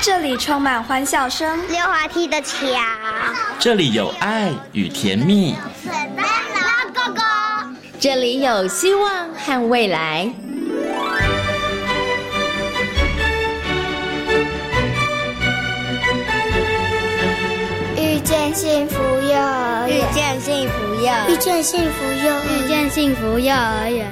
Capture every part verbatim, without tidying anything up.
这里充满欢笑声， 溜滑梯的桥， 这里有爱与甜蜜， 哥哥， 这里有希望和未来。 遇见幸福幼儿园，遇见幸福幼儿园，遇见幸福幼儿园，遇见幸福幼儿园。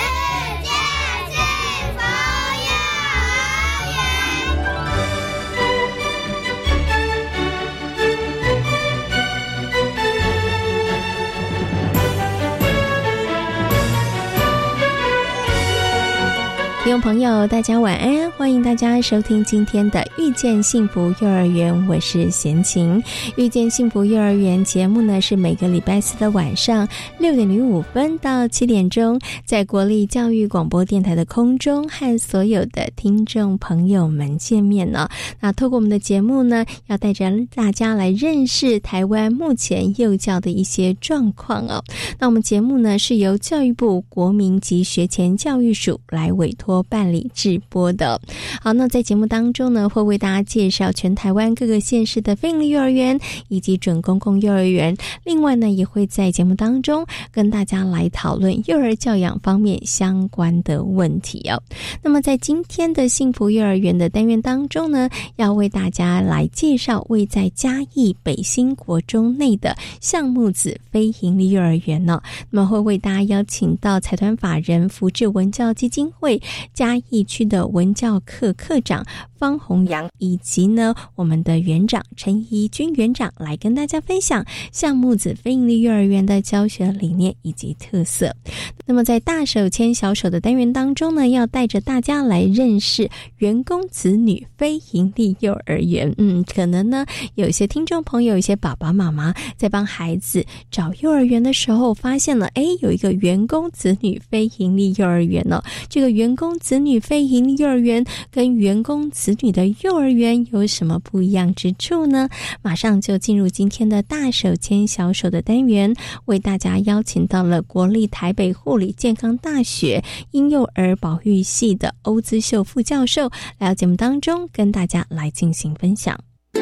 听众朋友大家晚安，欢迎大家收听今天的遇见幸福幼儿园，我是贤琴。遇见幸福幼儿园节目呢，是每个礼拜四的晚上六点零五分到七点钟，在国立教育广播电台的空中和所有的听众朋友们见面呢。那透过我们的节目呢，要带着大家来认识台湾目前幼教的一些状况哦。那我们节目呢，是由教育部国民及学前教育署来委托办理制播的。好，那在节目当中呢，会为大家介绍全台湾各个县市的非营利幼儿园以及准公共幼儿园，另外呢，也会在节目当中跟大家来讨论幼儿教养方面相关的问题哦。那么在今天的幸福幼儿园的单元当中呢，要为大家来介绍位在嘉义北新国中内的橡木子非营利幼儿园呢、哦。那么会为大家邀请到财团法人福智文教基金会嘉义区的文教课课长方宏阳，以及呢我们的园长陈怡君园长来跟大家分享橡木子非营利幼儿园的教学理念以及特色。那么在大手牵小手的单元当中呢，要带着大家来认识员工子女非营利幼儿园。嗯，可能呢有些听众朋友，有些爸爸妈妈在帮孩子找幼儿园的时候，发现了诶有一个员工子女非营利幼儿园哦。这个员工子女非营利幼儿园跟员工子女的幼儿园有什么不一样之处呢？马上就进入今天的大手牵小手的单元，为大家邀请到了国立台北护理健康大学婴幼儿保育系的欧姿秀副教授来到节目当中跟大家来进行分享。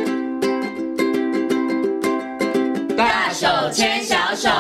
大手牵小手，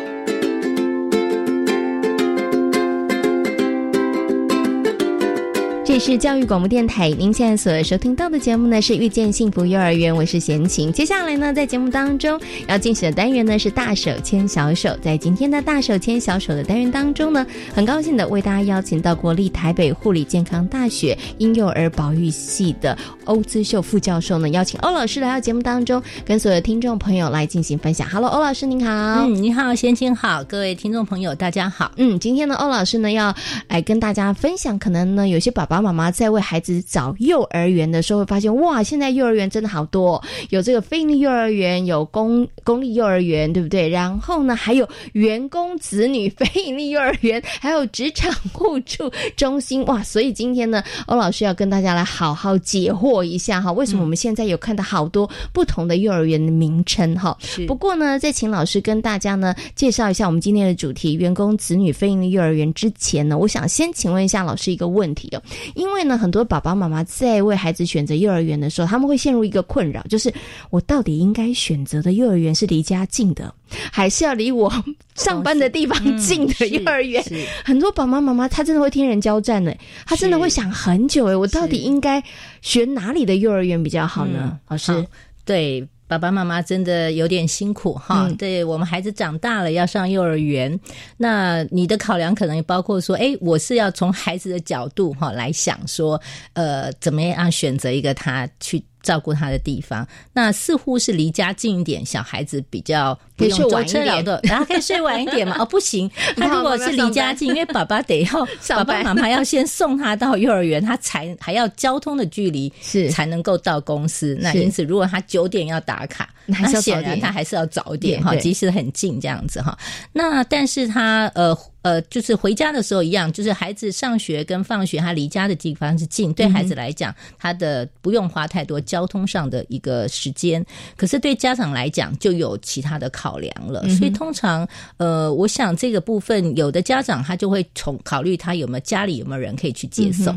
这是教育广播电台，您现在所收听到的节目呢是遇见幸福幼儿园，我是贤琴。接下来呢，在节目当中要进行的单元呢是大手牵小手。在今天的大手牵小手的单元当中呢，很高兴的为大家邀请到国立台北护理健康大学婴幼儿保育系的欧姿秀副教授呢，邀请欧老师来到节目当中，跟所有的听众朋友来进行分享。Hello， 欧老师您好。 嗯，你好，贤琴好，各位听众朋友大家好。 嗯，今天呢，欧老师呢要来跟大家分享，可能呢有些爸爸妈妈在为孩子找幼儿园的时候会发现，哇，现在幼儿园真的好多，有这个非营利幼儿园，有公公立幼儿园，对不对？然后呢还有员工子女非营利幼儿园，还有职场互助中心。哇，所以今天呢欧老师要跟大家来好好解惑一下哈，为什么我们现在有看到好多不同的幼儿园的名称哈。不过呢在请老师跟大家呢介绍一下我们今天的主题员工子女非营利幼儿园之前呢，我想先请问一下老师一个问题哦。因为呢很多爸爸妈妈在为孩子选择幼儿园的时候，他们会陷入一个困扰，就是我到底应该选择的幼儿园是离家近的，还是要离我上班的地方近的幼儿园、嗯、很多爸爸妈妈他真的会天人交战耶，他真的会想很久耶，我到底应该选哪里的幼儿园比较好呢、嗯、老师？ 对，爸爸妈妈真的有点辛苦哈、嗯，对，我们孩子长大了要上幼儿园，那你的考量可能也包括说，哎，我是要从孩子的角度哈来想说，呃，怎么样选择一个他去照顾他的地方，那似乎是离家近一点，小孩子比较不用舟车劳顿，然后可以睡晚一点嘛？哦，不行，他如果是离家近，因为爸爸得要爸爸妈妈要先送他到幼儿园，他才还要交通的距离是才能够到公司。那因此，如果他九点要打卡，那显然他还是要早点哈，即使很近这样子哈。那但是他呃。呃，就是回家的时候一样，就是孩子上学跟放学，他离家的地方是近，对孩子来讲，他的不用花太多交通上的一个时间。可是对家长来讲，就有其他的考量了。嗯、所以通常，呃，我想这个部分，有的家长他就会从考虑他有没有家里有没有人可以去接送。嗯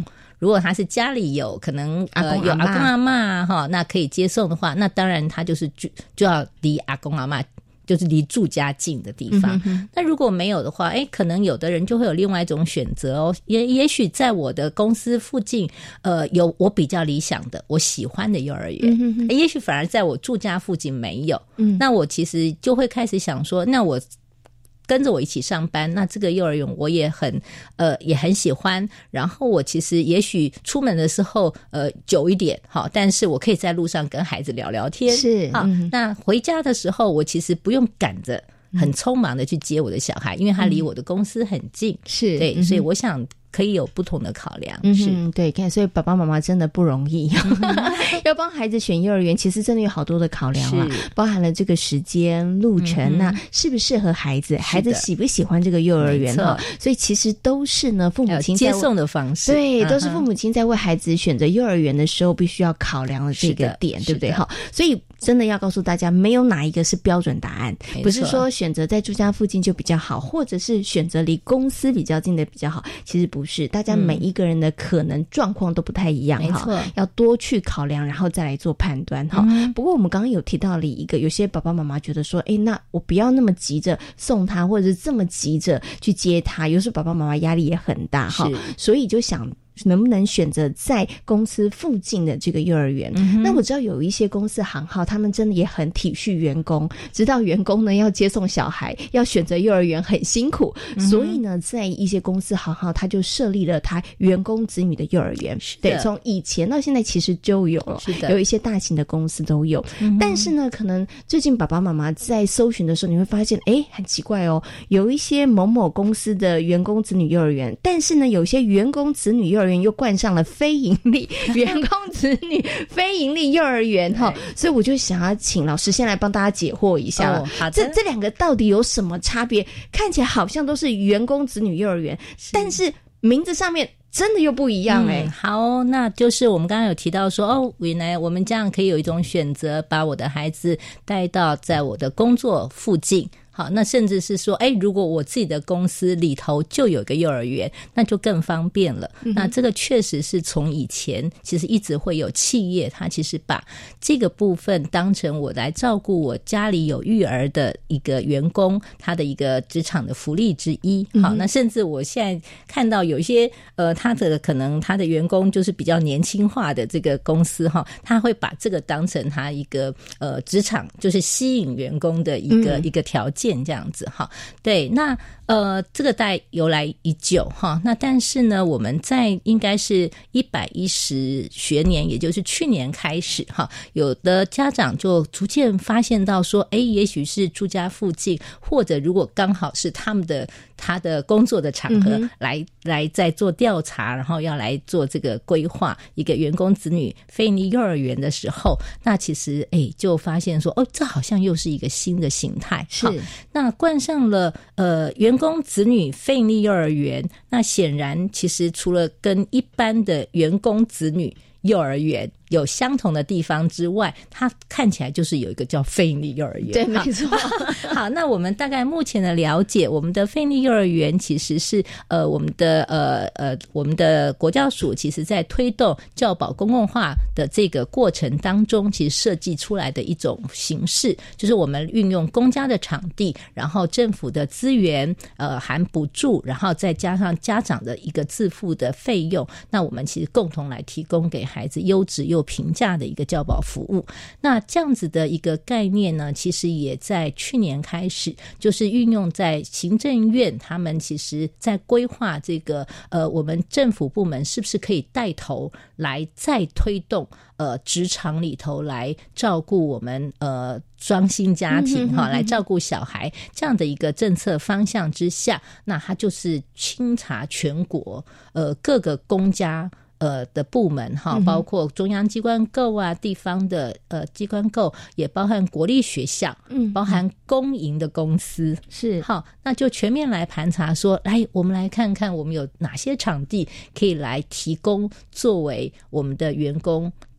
如果他是家里有可能阿公呃有阿公阿嬷哈，那可以接送的话，那当然他就是就就要离阿公阿嬷。就是离住家近的地方、嗯、那如果没有的话，哎，可能有的人就会有另外一种选择哦，也也许在我的公司附近呃，有我比较理想的我喜欢的幼儿园、嗯、也许反而在我住家附近没有、嗯、那我其实就会开始想说，那我跟着我一起上班，那这个幼儿园我也很呃也很喜欢，然后我其实也许出门的时候呃久一点好，但是我可以在路上跟孩子聊聊天， 是好、嗯、那回家的时候我其实不用赶着很匆忙的去接我的小孩，因为他离我的公司很近， 是对、嗯、所以我想可以有不同的考量， 嗯， 是对，看，所以爸爸妈妈真的不容易，要帮孩子选幼儿园，其实真的有好多的考量啊，包含了这个时间、路程，那、嗯、适不适合孩子，孩子喜不喜欢这个幼儿园哈，所以其实都是呢，父母亲接送的方式， 对，都是父母亲在为孩子选择幼儿园的时候必须要考量的这个点，对不对？哈，所以真的要告诉大家，没有哪一个是标准答案，不是说选择在住家附近就比较好，或者是选择离公司比较近的比较好，其实不是，大家每一个人的可能状况都不太一样，没错，要多去考量，然后再来做判断哈、嗯。不过我们刚刚有提到了一个，有些爸爸妈妈觉得说，哎，那我不要那么急着送他，或者是这么急着去接他，有时候爸爸妈妈压力也很大哈，所以就想能不能选择在公司附近的这个幼儿园、嗯、那我知道有一些公司行号他们真的也很体恤员工，知道员工呢要接送小孩要选择幼儿园很辛苦、嗯、所以呢在一些公司行号他就设立了他员工子女的幼儿园，对，从以前到现在其实就有了，是的，有一些大型的公司都有、嗯、但是呢可能最近爸爸妈妈在搜寻的时候你会发现，诶，很奇怪哦，有一些某某公司的员工子女幼儿园，但是呢有些员工子女幼儿园又冠上了非盈利员工子女非盈利幼儿园哈，所以我就想要请老师先来帮大家解惑一下了、哦、好的，这这两个到底有什么差别？看起来好像都是员工子女幼儿园，但是名字上面真的又不一样哎、欸嗯。 好，那就是我们刚刚有提到说，哦，原来我们这样可以有一种选择，把我的孩子带到在我的工作附近。好，那甚至是说，哎，如果我自己的公司里头就有一个幼儿园，那就更方便了。嗯、那这个确实是从以前其实一直会有企业，它其实把这个部分当成我来照顾我家里有育儿的一个员工，他的一个职场的福利之一。好，嗯、那甚至我现在看到有一些呃，他的可能他的员工就是比较年轻化的这个公司哈，他会把这个当成他一个呃职场就是吸引员工的一个、嗯、一个条件。这样子哈，对，那呃，这个代由来已久哈，那但是呢，我们在应该是一百一十学年，也就是去年开始哈，有的家长就逐渐发现到说，哎，也许是住家附近，或者如果刚好是他们的他的工作的场合来、嗯、来在做调查，然后要来做这个规划一个员工子女非营利幼儿园的时候，那其实哎就发现说，哦，这好像又是一个新的形态，是。那冠上了呃员工子女非营利幼儿园，那显然其实除了跟一般的员工子女幼儿园有相同的地方之外，它看起来就是有一个叫非营利幼儿园。 对，没错。 好，那我们大概目前的了解，我们的非营利幼儿园其实是呃我们的呃呃我们的国教署其实在推动教保公共化的这个过程当中，其实设计出来的一种形式，就是我们运用公家的场地，然后政府的资源呃含补助，然后再加上家长的一个自付的费用，那我们其实共同来提供给孩子优质又平价的一个教保服务。那这样子的一个概念呢，其实也在去年开始就是运用在行政院，他们其实在规划这个呃我们政府部门是不是可以带头来再推动呃职场里头来照顾我们呃双薪家庭哈、嗯，来照顾小孩这样的一个政策方向之下，那它就是清查全国呃各个公家呃的部门哈，包括中央机关构啊，地方的呃机关构，也包含国立学校，嗯，包含公营的公司，是好，那就全面来盘查说，来我们来看看我们有哪些场地可以来提供作为我们的员工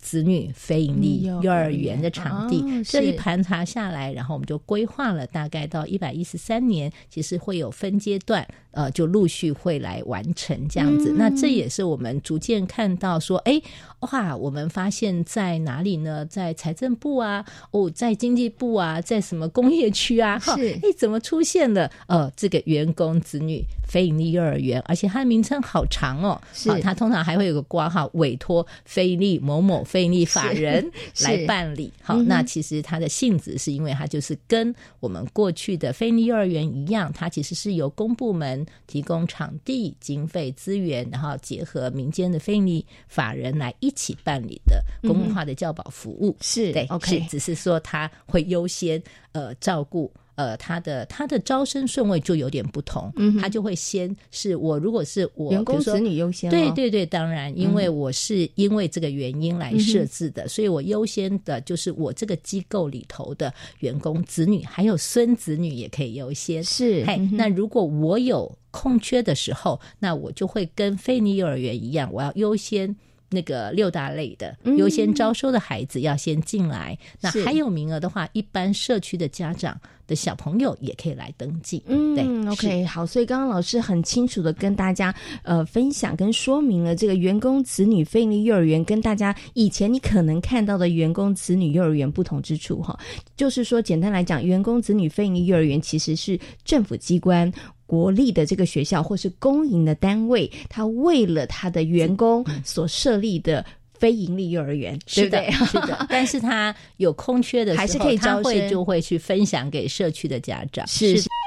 子女非营利幼儿园的场地、哦、这一盘查下来，然后我们就规划了大概到一百一十三年，其实会有分阶段呃，就陆续会来完成这样子、嗯、那这也是我们逐渐看到说哎，哇，我们发现在哪里呢？在财政部啊，哦，在经济部啊，在什么工业区啊，是哎，怎么出现了呃这个员工子女非营利幼儿园，而且它的名称好长哦，是、啊、它通常还会有个括号委托非营利某某非营利法人来办理。好、嗯，那其实它的性质是因为它就是跟我们过去的非营利幼儿园一样，它其实是由公部门提供场地、经费、资源，然后结合民间的非营利法人来一起办理的公共化的教保服务。嗯、是对 ，OK， 是只是说它会优先呃照顾。呃，他的他的招生顺位就有点不同，嗯，他就会先是我如果是我员工子女优先， 对对对，当然，因为我是因为这个原因来设置的，嗯、所以我优先的就是我这个机构里头的员工子女，还有孙子女也可以优先。是，嘿、嗯，那如果我有空缺的时候，那我就会跟非营利幼儿园一样，我要优先。那个六大类的优先招收的孩子要先进来、嗯、那还有名额的话，一般社区的家长的小朋友也可以来登记。 嗯，对 OK， 好，所以刚刚老师很清楚的跟大家呃分享跟说明了这个员工子女非营利幼儿园跟大家以前你可能看到的员工子女幼儿园不同之处哈，就是说简单来讲，员工子女非营利幼儿园其实是政府机关国立的这个学校或是公营的单位，他为了他的员工所设立的非营利幼儿园，对不对？ 是的，但是他有空缺的时候还是可以招生，他会就会去分享给社区的家长。是是。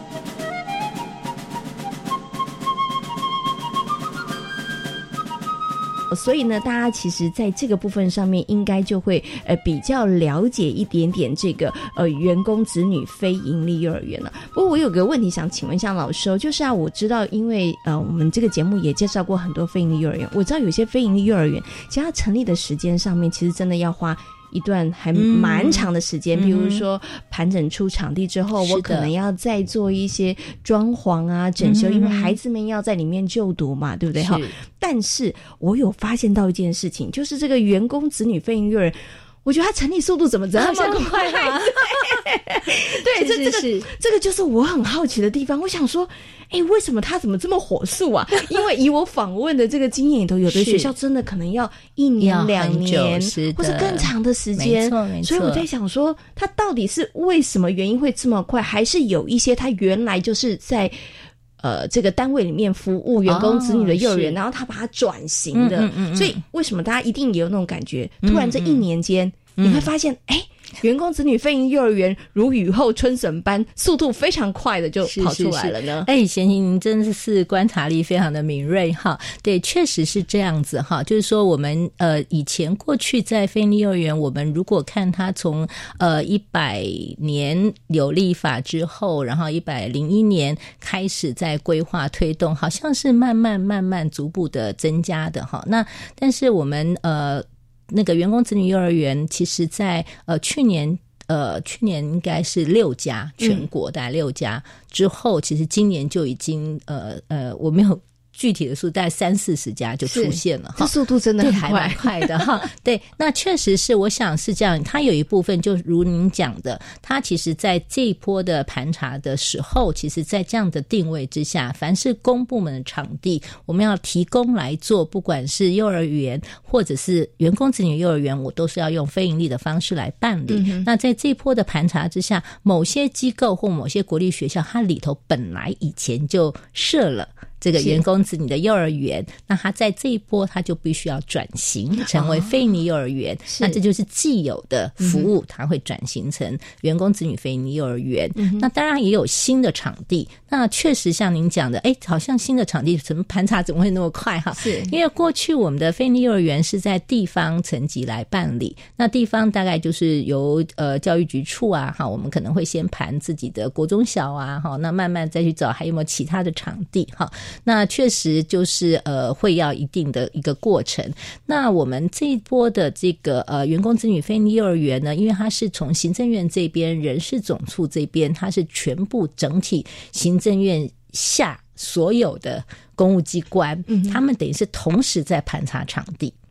所以呢，大家其实在这个部分上面应该就会呃比较了解一点点这个呃员工子女非营利幼儿园了。不过我有个问题想请问一下老师哦，就是啊，我知道因为呃我们这个节目也介绍过很多非营利幼儿园，我知道有些非营利幼儿园其实它成立的时间上面其实真的要花一段还蛮长的时间、嗯、比如说盘整出场地之后、嗯、我可能要再做一些装潢啊整修、嗯、因为孩子们要在里面就读嘛，对不对？是。但是我有发现到一件事情，就是这个员工子女非营利幼儿园，我觉得它成立速度怎么这么快啊？对，这这个这个就是我很好奇的地方。我想说，哎，为什么它怎么这么火速啊？因为以我访问的这个经验里头，有的学校真的可能要一年、两年，或是更长的时间。没错，没错。所以我在想说，它到底是为什么原因会这么快？还是有一些它原来就是在呃，这个单位里面服务员工子女的幼儿园、哦、然后他把它转型的、嗯嗯嗯、所以为什么大家一定也有那种感觉、嗯、突然这一年间、嗯、你会发现哎、员工子女非营幼儿园如雨后春笋般速度非常快的就跑出来了呢。 哎，贤琴您真的是观察力非常的敏锐哈。对，确实是这样子哈。就是说我们呃以前过去在非营利幼儿园，我们如果看它从呃一百年有立法之后，然后一百零一年开始在规划推动，好像是慢慢慢慢逐步的增加的哈。那但是我们呃那个员工子女幼儿园，其实在呃去年呃去年应该是六家，全国大概六家、嗯、之后，其实今年就已经呃呃我没有具体的数，大概三四十家就出现了， 这速度真的很快， 还蛮快的哈。对，那确实是，我想是这样。它有一部分就如您讲的，它其实在这一波的盘查的时候，其实在这样的定位之下，凡是公部门的场地，我们要提供来做，不管是幼儿园或者是员工子女幼儿园，我都是要用非营利的方式来办理。嗯、那在这一波的盘查之下，某些机构或某些国立学校，它里头本来以前就设了这个员工子女的幼儿园，那他在这一波他就必须要转型成为非营利幼儿园、哦、那这就是既有的服务他、嗯、会转型成员工子女非营利幼儿园、嗯、那当然也有新的场地，那确实像您讲的，哎，好像新的场地怎么盘查怎么会那么快哈？是因为过去我们的非营利幼儿园是在地方层级来办理，那地方大概就是由呃教育局处啊，哈，我们可能会先盘自己的国中小啊，哈，那慢慢再去找还有没有其他的场地哈。那确实就是呃会要一定的一个过程。那我们这一波的这个呃员工子女非营利幼儿园呢，因为它是从行政院这边、人事总处这边，它是全部整体行政院下所有的公务机关，嗯、他们等于是同时在盘查场地。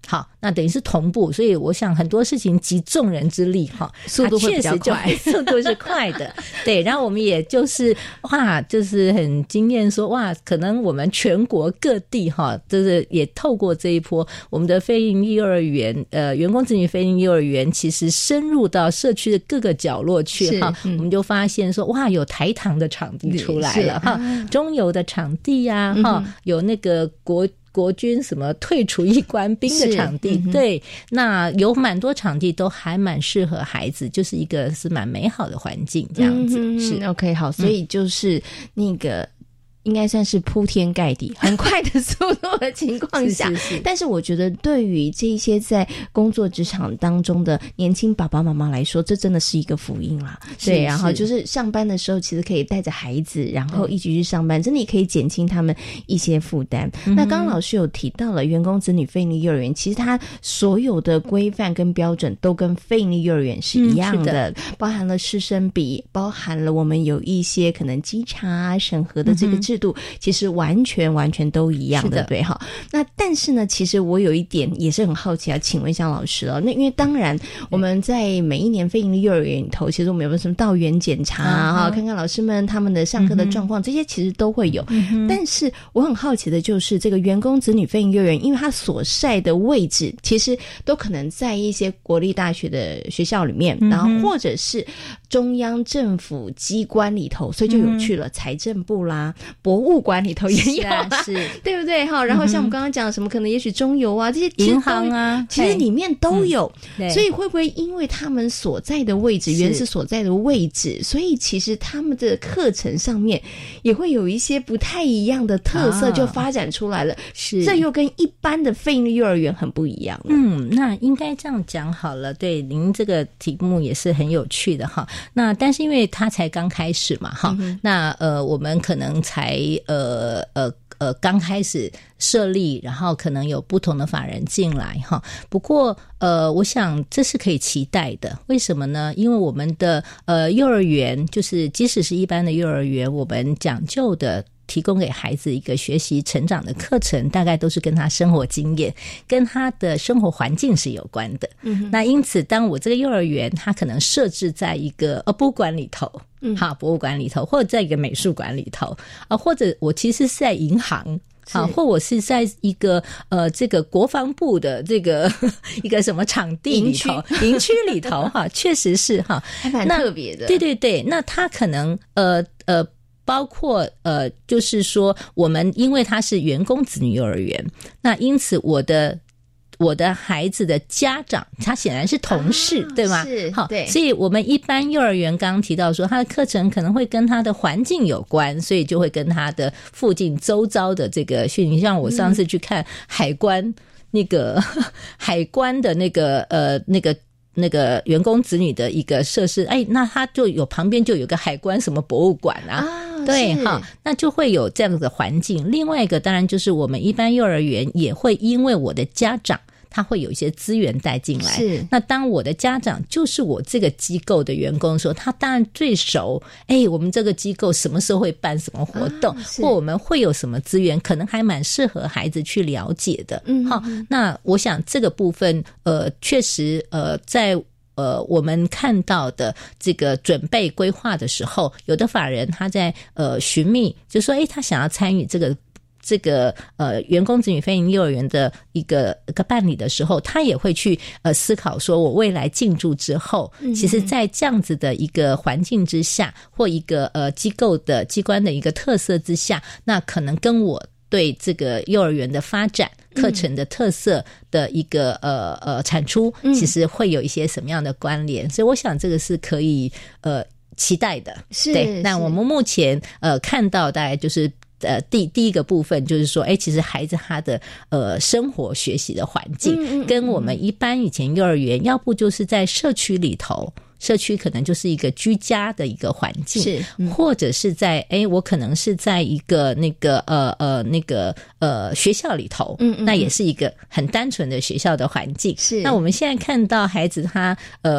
好，那等于是同步，所以我想很多事情集众人之力哈， 速度会比较快， 速度是快的。对，然后我们也就是哇，就是很惊艳说哇，可能我们全国各地哈，就是也透过这一波我们的非营利幼儿园呃员工子女非营利幼儿园，其实深入到社区的各个角落去哈、嗯，我们就发现说哇，有台糖的场地出来了哈，中油的场地呀、啊、哈、嗯，有那个国。国军什么退出役官兵的场地、嗯、对，那有蛮多场地都还蛮适合孩子，就是一个是蛮美好的环境这样子、嗯、 是 OK 好，所以就是那个、嗯应该算是铺天盖地很快的速度的情况下是是是，但是我觉得对于这一些在工作职场当中的年轻爸爸妈妈来说，这真的是一个福音啦。对，然后就是上班的时候其实可以带着孩子然后一起去上班、嗯、真的也可以减轻他们一些负担、嗯、那刚刚老师有提到了员工子女非营利幼儿园，其实它所有的规范跟标准都跟非营利幼儿园是一样 的,、嗯、的包含了师生比，包含了我们有一些可能稽查审核的这个制度、嗯其实完全完全都一样的，对哈。那但是呢，其实我有一点也是很好奇啊，请问一下老师哦。那因为当然我们在每一年非营利幼儿园里头，其实我们有没有什么到园检查啊、uh-huh. 看看老师们他们的上课的状况、嗯、这些其实都会有、嗯、但是我很好奇的就是这个员工子女非营利幼儿园，因为它所在的位置其实都可能在一些国立大学的学校里面、嗯、然后或者是中央政府机关里头，所以就有去了、嗯、财政部啦博物馆里头也有啦，是、啊、是对不对哈？然后像我们刚刚讲什么可能也许中油啊这些银行啊其实里面都有、嗯、所以会不会因为他们所在的位置原始所在的位置，所以其实他们的课程上面也会有一些不太一样的特色就发展出来了、啊、是这又跟一般的非营利幼儿园很不一样了。 嗯，那应该这样讲好了，对，您这个题目也是很有趣的哈。那但是因为它才刚开始嘛哈、嗯、那呃我们可能才呃呃呃刚开始设立，然后可能有不同的法人进来哈。不过呃我想这是可以期待的，为什么呢？因为我们的呃幼儿园，就是即使是一般的幼儿园，我们讲究的提供给孩子一个学习成长的课程，大概都是跟他生活经验跟他的生活环境是有关的、嗯、那因此当我这个幼儿园它可能设置在一个呃博物馆里头、嗯、好博物馆里头，或者在一个美术馆里头啊，或者我其实是在银行好，或我是在一个呃这个国防部的这个一个什么场地里头营区里头哈，确实是哈， 还蛮特别的。 对对对，那他可能呃呃包括呃就是说我们因为他是员工子女幼儿园，那因此我的我的孩子的家长他显然是同事、啊、对吗？ 是， 好， 对， 所以我们一般幼儿园刚刚提到说他的课程可能会跟他的环境有关，所以就会跟他的附近周遭的这个训练，像我上次去看海关、嗯、那个海关的那个呃那个那个员工子女的一个设施，哎，那他就有旁边就有个海关什么博物馆啊，啊对哈，那就会有这样的环境。另外一个当然就是我们一般幼儿园也会因为我的家长他会有一些资源带进来，是，那当我的家长就是我这个机构的员工的时候，他当然最熟，哎，我们这个机构什么时候会办什么活动、啊、或我们会有什么资源，可能还蛮适合孩子去了解的。嗯，好，那我想这个部分呃确实呃在呃，我们看到的这个准备规划的时候，有的法人他在呃寻觅，就说，哎，他想要参与这个这个呃员工子女非营利幼儿园的一个一个办理的时候，他也会去呃思考说，我未来进驻之后，嗯、其实在这样子的一个环境之下，或一个呃机构的机关的一个特色之下，那可能跟我对这个幼儿园的发展课程的特色的一个、嗯、呃呃产出，其实会有一些什么样的关联、嗯、所以我想这个是可以呃期待的。 是， 对，那我们目前呃看到大概就是呃第第一个部分就是说，哎，其实孩子他的呃生活学习的环境、嗯、跟我们一般以前幼儿园、嗯、要不就是在社区里头，社区可能就是一个居家的一个环境，是、嗯、或者是在诶我可能是在一个那个呃呃那个呃学校里头，嗯嗯，那也是一个很单纯的学校的环境。是，那我们现在看到孩子他呃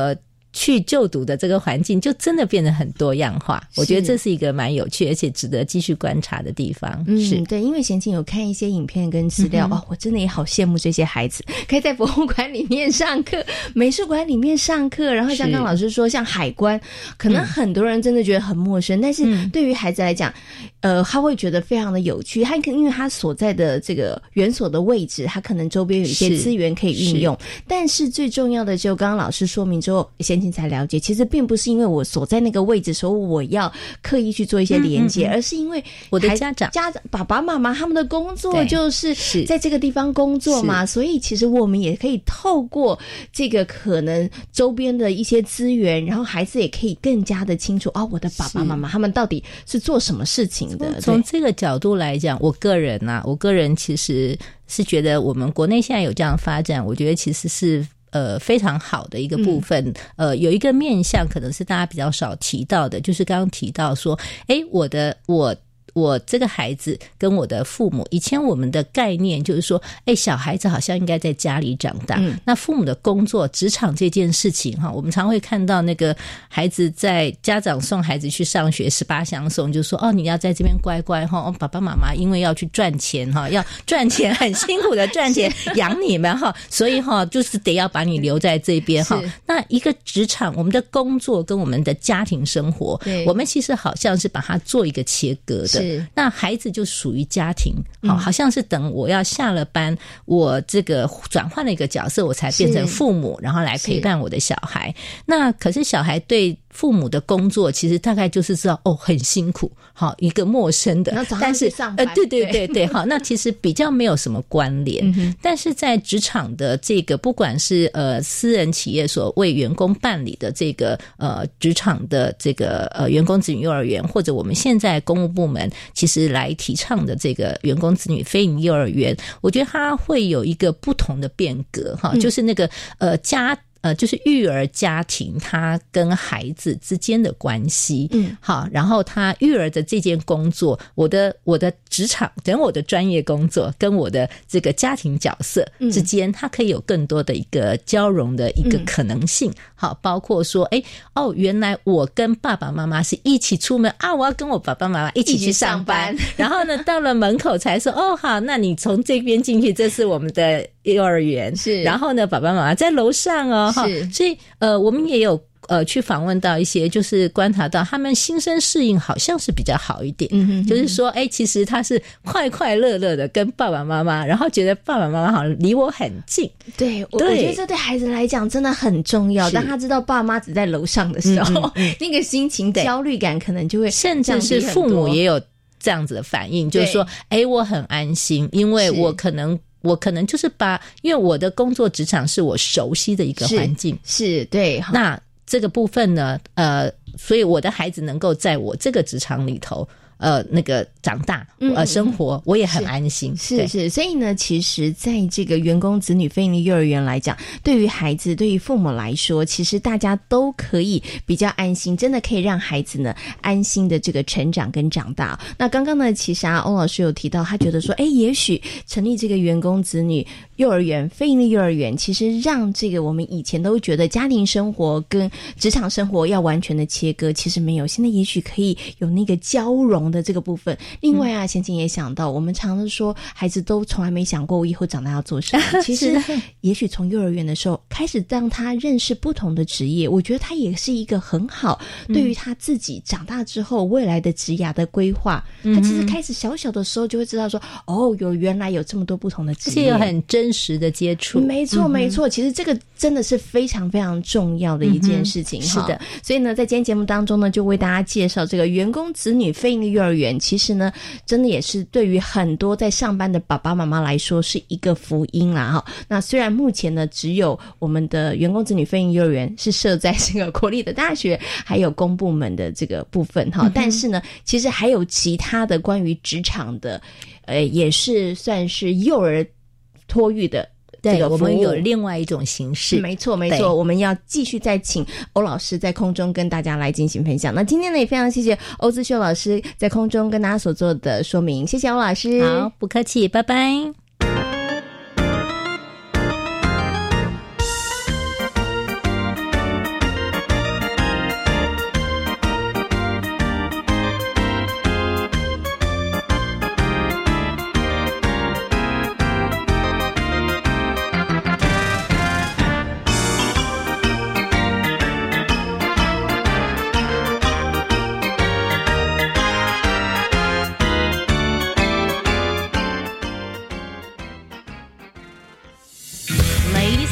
去就读的这个环境就真的变得很多样化，我觉得这是一个蛮有趣而且值得继续观察的地方。 嗯， 是对，因为贤琴有看一些影片跟资料、嗯、哦，我真的也好羡慕这些孩子可以在博物馆里面上课，美术馆里面上课，然后像刚老师说像海关，可能很多人真的觉得很陌生、嗯、但是对于孩子来讲呃，他会觉得非常的有趣，他因为他所在的这个园所的位置，他可能周边有一些资源可以运用，但是最重要的就刚刚老师说明之后，贤琴才了解，其实并不是因为我所在那个位置的时候我要刻意去做一些连接、嗯嗯嗯、而是因为我的家长家长爸爸妈妈他们的工作就是在这个地方工作嘛，所以其实我们也可以透过这个可能周边的一些资源，然后孩子也可以更加的清楚哦，我的爸爸妈妈他们到底是做什么事情的。 从这个角度来讲，我个人啊我个人其实是觉得我们国内现在有这样发展，我觉得其实是呃非常好的一个部分、嗯、呃有一个面向可能是大家比较少提到的，就是刚刚提到说诶我的我我这个孩子跟我的父母，以前我们的概念就是说哎，小孩子好像应该在家里长大、嗯、那父母的工作职场这件事情哈，我们常会看到那个孩子在家长送孩子去上学十八相送，就说哦你要在这边乖乖哈、哦，爸爸妈妈因为要去赚钱哈，要赚钱很辛苦的赚钱养你们哈，所以哈就是得要把你留在这边哈。那一个职场，我们的工作跟我们的家庭生活，我们其实好像是把它做一个切割的。那孩子就属于家庭、嗯、好像是等我要下了班，我这个转换了一个角色，我才变成父母，然后来陪伴我的小孩。那可是小孩对父母的工作其实大概就是知道哦很辛苦，好一个陌生的，但是呃对对对对好，那其实比较没有什么关联、嗯、但是在职场的这个不管是呃私人企业所为员工办理的这个呃职场的这个呃员工子女幼儿园，或者我们现在公务部门其实来提倡的这个员工子女非营利幼儿园，我觉得它会有一个不同的变革哈、嗯，就是那个呃家呃，就是育儿家庭他跟孩子之间的关系，嗯，好，然后他育儿的这件工作，我的我的职场等我的专业工作跟我的这个家庭角色之间，它、嗯、可以有更多的一个交融的一个可能性，嗯、好，包括说，哎，哦，原来我跟爸爸妈妈是一起出门啊，我要跟我爸爸妈妈一起去上班，然后呢，到了门口才说，哦，好，那你从这边进去，这是我们的幼儿园，是，然后呢，爸爸妈妈在楼上哦。是，所以呃，我们也有呃去访问到一些，就是观察到他们新生适应好像是比较好一点，嗯哼哼，就是说，哎，其实他是快快乐乐的跟爸爸妈妈，然后觉得爸爸妈妈好像离我很近。 对，我, 我觉得这对孩子来讲真的很重要。当他知道爸妈只在楼上的时候，嗯嗯嗯那个心情焦虑感可能就会， 甚至是父母也有这样子的反应，就是说，哎，我很安心，因为我可能。我可能就是把，因为我的工作职场是我熟悉的一个环境， 是, 是对。 那这个部分呢，呃，所以我的孩子能够在我这个职场里头。呃，那个长大，呃，生活，我也很安心。 是 是, 是，所以呢，其实在这个员工子女非营利幼儿园来讲，对于孩子，对于父母来说，其实大家都可以比较安心，真的可以让孩子呢安心的这个成长跟长大。那刚刚呢，其实啊，欧老师有提到，他觉得说，哎，也许成立这个员工子女幼儿园、非营利幼儿园，其实让这个我们以前都觉得家庭生活跟职场生活要完全的切割，其实没有。现在也许可以有那个交融的这个部分。另外啊，贤琴也想到，我们常常说孩子都从来没想过我以后长大要做什么。其实也许从幼儿园的时候开始让他认识不同的职业，我觉得他也是一个很好对于他自己长大之后未来的职涯的规划、嗯、他其实开始小小的时候就会知道说，哦，有原来有这么多不同的职业， 是有很真实的接触。 没错没错、嗯、其实这个真的是非常非常重要的一件事情、嗯、是的。所以呢，在今天节目当中呢，就为大家介绍这个员工子女非营利幼儿园，其实呢真的也是对于很多在上班的爸爸妈妈来说是一个福音啦哈。那虽然目前呢只有我们的员工子女非营利幼儿园是设在这个国立的大学还有公部门的这个部分哈、嗯，但是呢其实还有其他的关于职场的呃也是算是幼儿托育的， 对，我们有另外一种形式。 没错没错，我们要继续再请欧老师在空中跟大家来进行分享。那今天呢也非常谢谢欧姿秀老师在空中跟大家所做的说明，谢谢欧老师。 好，不客气，拜拜。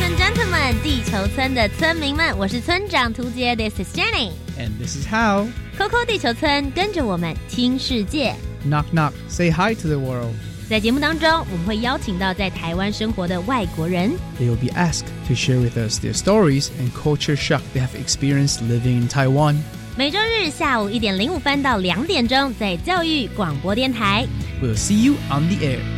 and gentlemen， 地球村的村民们，我是村长涂杰 ，This is Jenny， and this is Hao。Coco 地球村，跟着我们听世界。 Knock knock, say hi to the world。 在节目当中，我们会邀请到在台湾生活的外国人。 They will be asked to share with us their stories and culture shock they have experienced living in Taiwan。 每周日下午一点零五分到两点钟，在教育广播电台。 We'll see you on the air。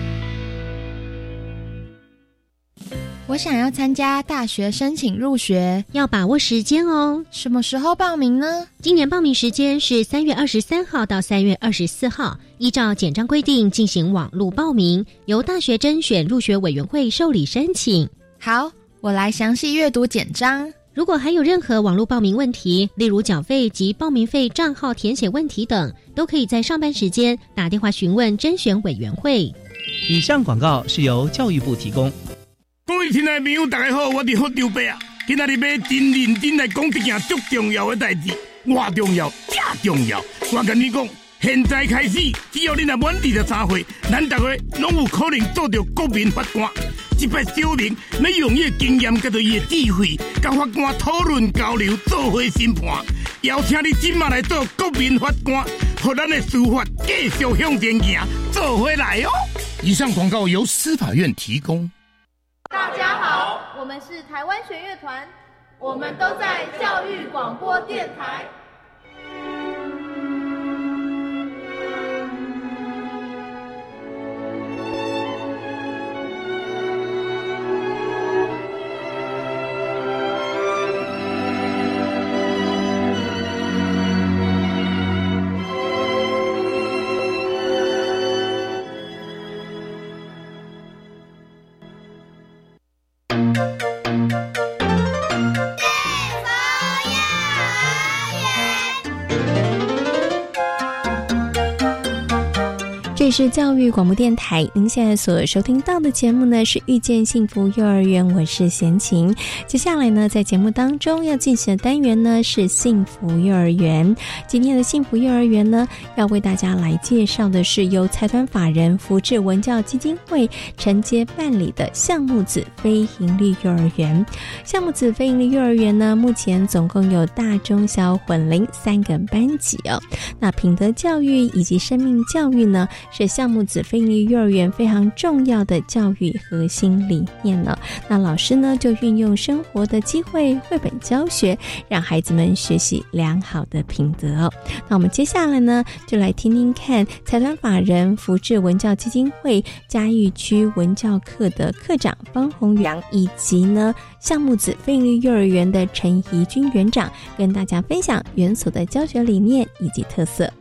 我想要参加大学申请入学， 要把握时间哦。 什么时候报名呢？ 今年报名时间是三月二十三号到三月二十四号，依照简章规定进行网络报名，由大学甄选入学委员会受理申请。 好，我来详细阅读简章。 如果还有任何网络报名问题，例如缴费及报名费账号填写问题等，都可以在上班时间打电话询问甄选委员会。 以上广告是由教育部提供。 各位亲爱的朋友，大家好，我是福州伯啊！今仔日要真认真来讲一件足重要的代志，偌重要，正重要。我跟你讲，现在开始，只要你若满二十三岁，咱大家拢有可能做到国民法官。这摆小明要用伊的经验，甲着伊的智慧，甲法官讨论交流，做伙审判。邀请你今晚来做国民法官，让咱的司法继续向前行，做伙来哦！以上广告由司法院提供。 大家好，我们是台湾弦乐团，我们都在教育广播电台。 这里是教育广播电台，您现在所收听到的节目呢是遇见幸福幼儿园，我是贤琴。接下来呢，在节目当中要进行的单元呢是幸福幼儿园。今天的幸福幼儿园呢，要为大家来介绍的是由财团法人福智文教基金会承接办理的项目子非营利幼儿园。项目子非营利幼儿园呢，目前总共有大中小混龄三个班级哦。那品德教育以及生命教育呢，是项目子非营利幼儿园非常重要的教育核心理念呢。那老师呢，就运用生活的机会、绘本教学，让孩子们学习良好的品德哦。那我们接下来呢，就来听听看财团法人福智文教基金会嘉义区文教课的课长方宏阳，以及呢项目子非营利幼儿园的陈怡君园长，跟大家分享园所的教学理念以及特色。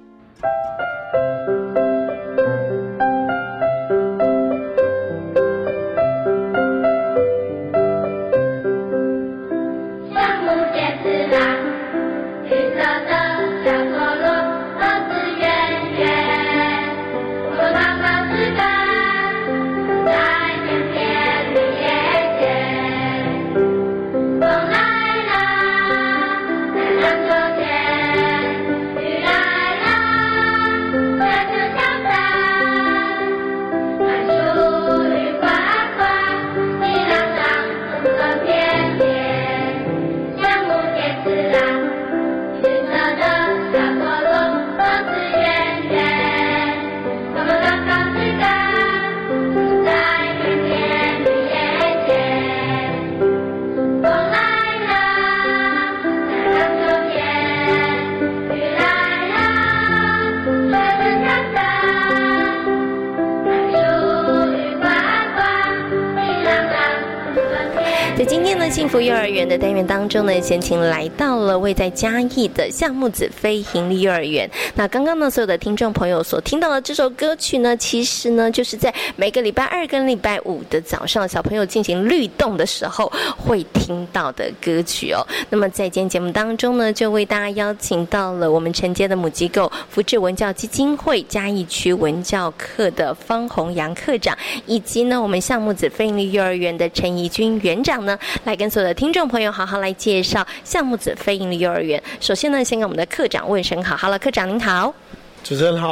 在今天的幸福幼儿园的单元当中呢，贤琴来到了位在嘉义的项目子非营利幼儿园。那刚刚呢，所有的听众朋友所听到的这首歌曲呢，其实呢，就是在每个礼拜二跟礼拜五的早上，小朋友进行律动的时候会听到的歌曲哦。那么在今天节目当中呢，就为大家邀请到了我们承接的母机构福智文教基金会嘉义区文教课的方宏阳课长，以及呢我们项目子非营利幼儿园的陈怡君园长呢，来跟所有的听众朋友好好来介绍项目子非营利幼儿园。首先呢，先跟我们的课长问声好。好了，课长您好。 主持人好，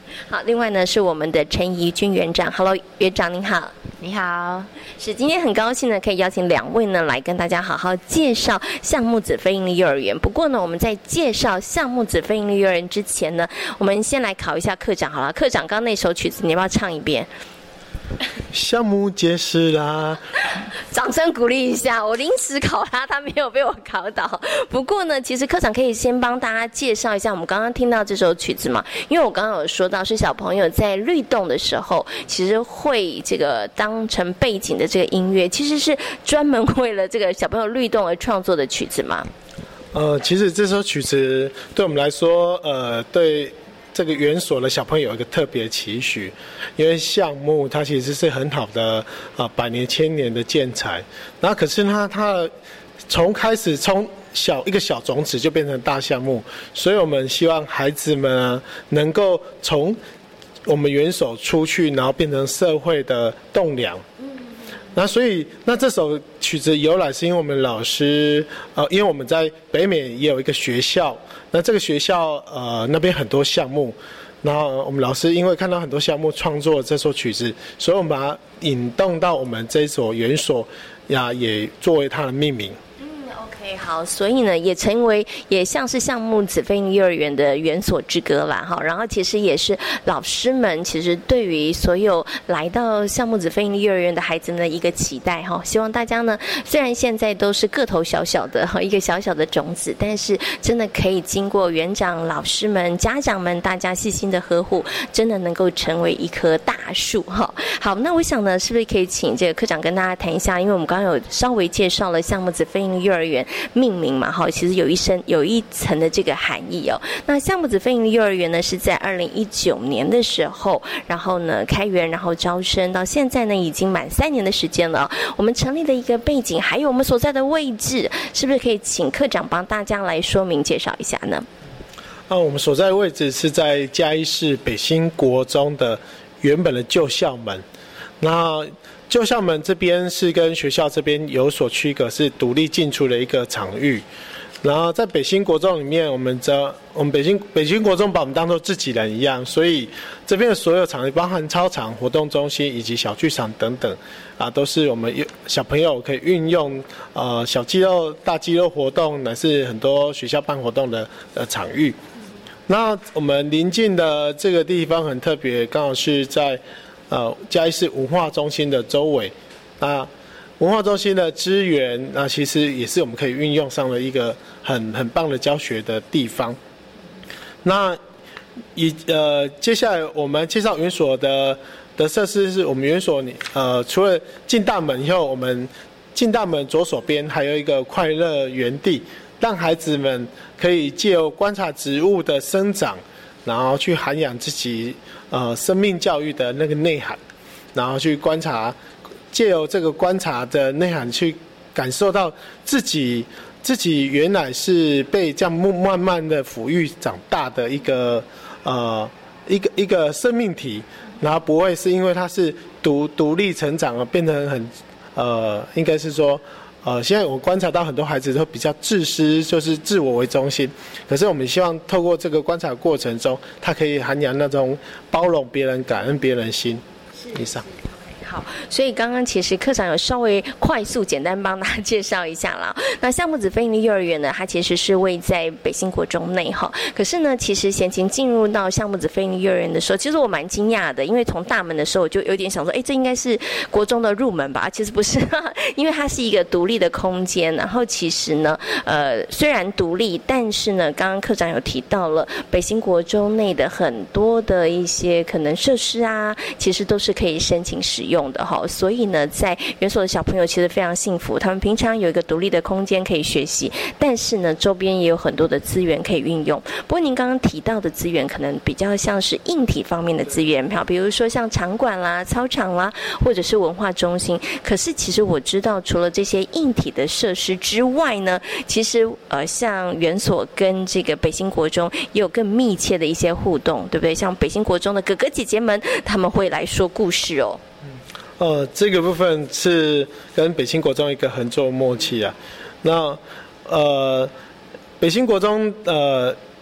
好，另外呢是我们的陈怡君园长 ，Hello， 园长您好。 你好， 是今天很高兴呢，可以邀请两位呢来跟大家好好介绍橡木子非营利幼儿园。不过呢，我们在介绍橡木子非营利幼儿园之前呢，我们先来考一下课长好了。课长刚刚那首曲子，你要不要唱一遍？ 项目结束啦， 掌声鼓励一下。我临时考他，他没有被我考倒。不过呢，其实科长可以先帮大家介绍一下我们刚刚听到这首曲子嘛，因为我刚刚有说到是小朋友在律动的时候，其实会这个当成背景的这个音乐，其实是专门为了这个小朋友律动而创作的曲子嘛。 呃，其实这首曲子对我们来说，呃，对。这个园所的小朋友有一个特别期许，因为橡木它其实是很好的啊、呃、百年千年的建材，然后可是它它从开始从小一个小种子就变成大橡木，所以我们希望孩子们啊能够从我们园所出去，然后变成社会的栋梁。那所以，那这首曲子由来是因为我们老师，呃，因为我们在北美也有一个学校，那这个学校呃那边很多项目，然后我们老师因为看到很多项目创作这首曲子，所以我们把它引动到我们这一所园所呀，也作为它的命名。 OK， 好，所以呢，也成为也像是橡木子非营利幼儿园的园所之歌啦，哈。然后其实也是老师们其实对于所有来到橡木子非营利幼儿园的孩子们的一个期待哈。希望大家呢，虽然现在都是个头小小的哈，一个小小的种子，但是真的可以经过园长、老师们、家长们大家细心的呵护，真的能够成为一棵大树哈。好，那我想呢，是不是可以请这个科长跟大家谈一下？因为我们刚刚有稍微介绍了橡木子非营利幼儿园命名嘛，哈，其实有一层有一层的这个含义哦。那橡木子非营利幼儿园呢，是在二零一九年的时候，然后呢开园，然后招生，到现在呢已经满三年的时间了。我们成立的一个背景，还有我们所在的位置，是不是可以请科长帮大家来说明介绍一下呢？ 啊，我们所在的位置是在嘉义市北新国中的原本的旧校门，那旧校门这边是跟学校这边有所区隔，是独立进出的一个场域。然后在北新国中里面，我们这我们北新北新国中把我们当作自己人一样，所以这边的所有场地，包含操场、活动中心以及小剧场等等，啊，都是我们小朋友可以运用呃小肌肉、大肌肉活动，乃是很多学校办活动的呃场域。那我们邻近的这个地方很特别，刚好是在呃嘉义市文化中心的周围。那文化中心的资源，那其实也是我们可以运用上的一个很很棒的教学的地方。那以呃接下来我们介绍园所的的设施，是我们园所呃除了进大门以后，我们进大门左手边还有一个快乐园地，让孩子们可以借由观察植物的生长，然后去涵养自己呃生命教育的那个内涵，然后去观察，借由这个观察的内涵去感受到自己自己原来是被这样慢慢的抚育长大的一个呃一个一个生命体，然后不会是因为它是独独立成长而变成很呃应该是说。呃，现在我观察到很多孩子都比较自私，就是自我为中心。可是我们希望透过这个观察过程中，他可以涵养那种包容别人、感恩别人心。以上。 好，所以刚刚其实课长有稍微快速简单帮大家介绍一下啦。那橡木子非营利幼儿园呢，它其实是位在北新国中内哈。可是呢，其实贤琴进入到橡木子非营利幼儿园的时候，其实我蛮惊讶的，因为从大门的时候我就有点想说，哎，这应该是国中的入门吧？其实不是，因为它是一个独立的空间。然后其实呢，呃，虽然独立，但是呢，刚刚课长有提到了北新国中内的很多的一些可能设施啊，其实都是可以申请使用的哈，所以呢，在园所的小朋友其实非常幸福，他们平常有一个独立的空间可以学习，但是呢，周边也有很多的资源可以运用。不过您刚刚提到的资源，可能比较像是硬体方面的资源，比如说像场馆啦、操场啦，或者是文化中心。可是其实我知道，除了这些硬体的设施之外呢，其实呃，像园所跟这个北新国中也有更密切的一些互动，对不对？像北新国中的哥哥姐姐们，他们会来说故事哦。 呃，这个部分是跟北新国中一个合作默契啊。那呃，北新国中呃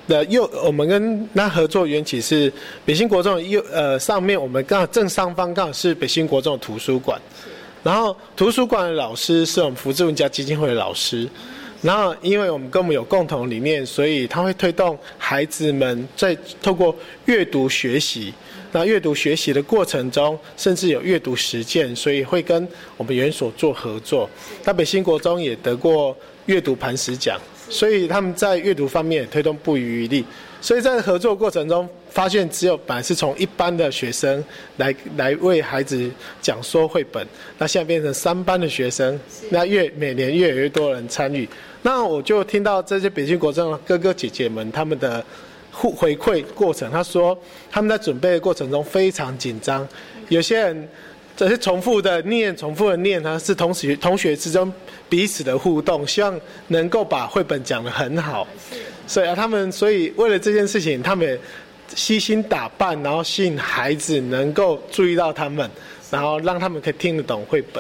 的右，我们跟那合作缘起是北新国中的右呃上面，我们刚好正上方刚好是北新国中的图书馆，然后图书馆的老师是我们福智文家基金会的老师，然后因为我们跟我们有共同理念，所以他会推动孩子们在透过阅读学习。那阅读学习的过程中，甚至有阅读实践，所以会跟我们园所做合作。那北新国中也得过阅读磐石奖，所以他们在阅读方面也推动不遗余力。所以在合作过程中，发现只有本来是从一般的学生来来为孩子讲说绘本，那现在变成三班的学生，那越每年越来越多人参与。那我就听到这些北新国中的哥哥姐姐们他们的互回馈过程，他说他们在准备的过程中非常紧张，有些人这是重复的念重复的念，他是同学同学之中彼此的互动，希望能够把绘本讲得很好，所以、啊、他们所以为了这件事情，他们也悉心打扮，然后吸引孩子能够注意到他们，然后让他们可以听得懂绘本。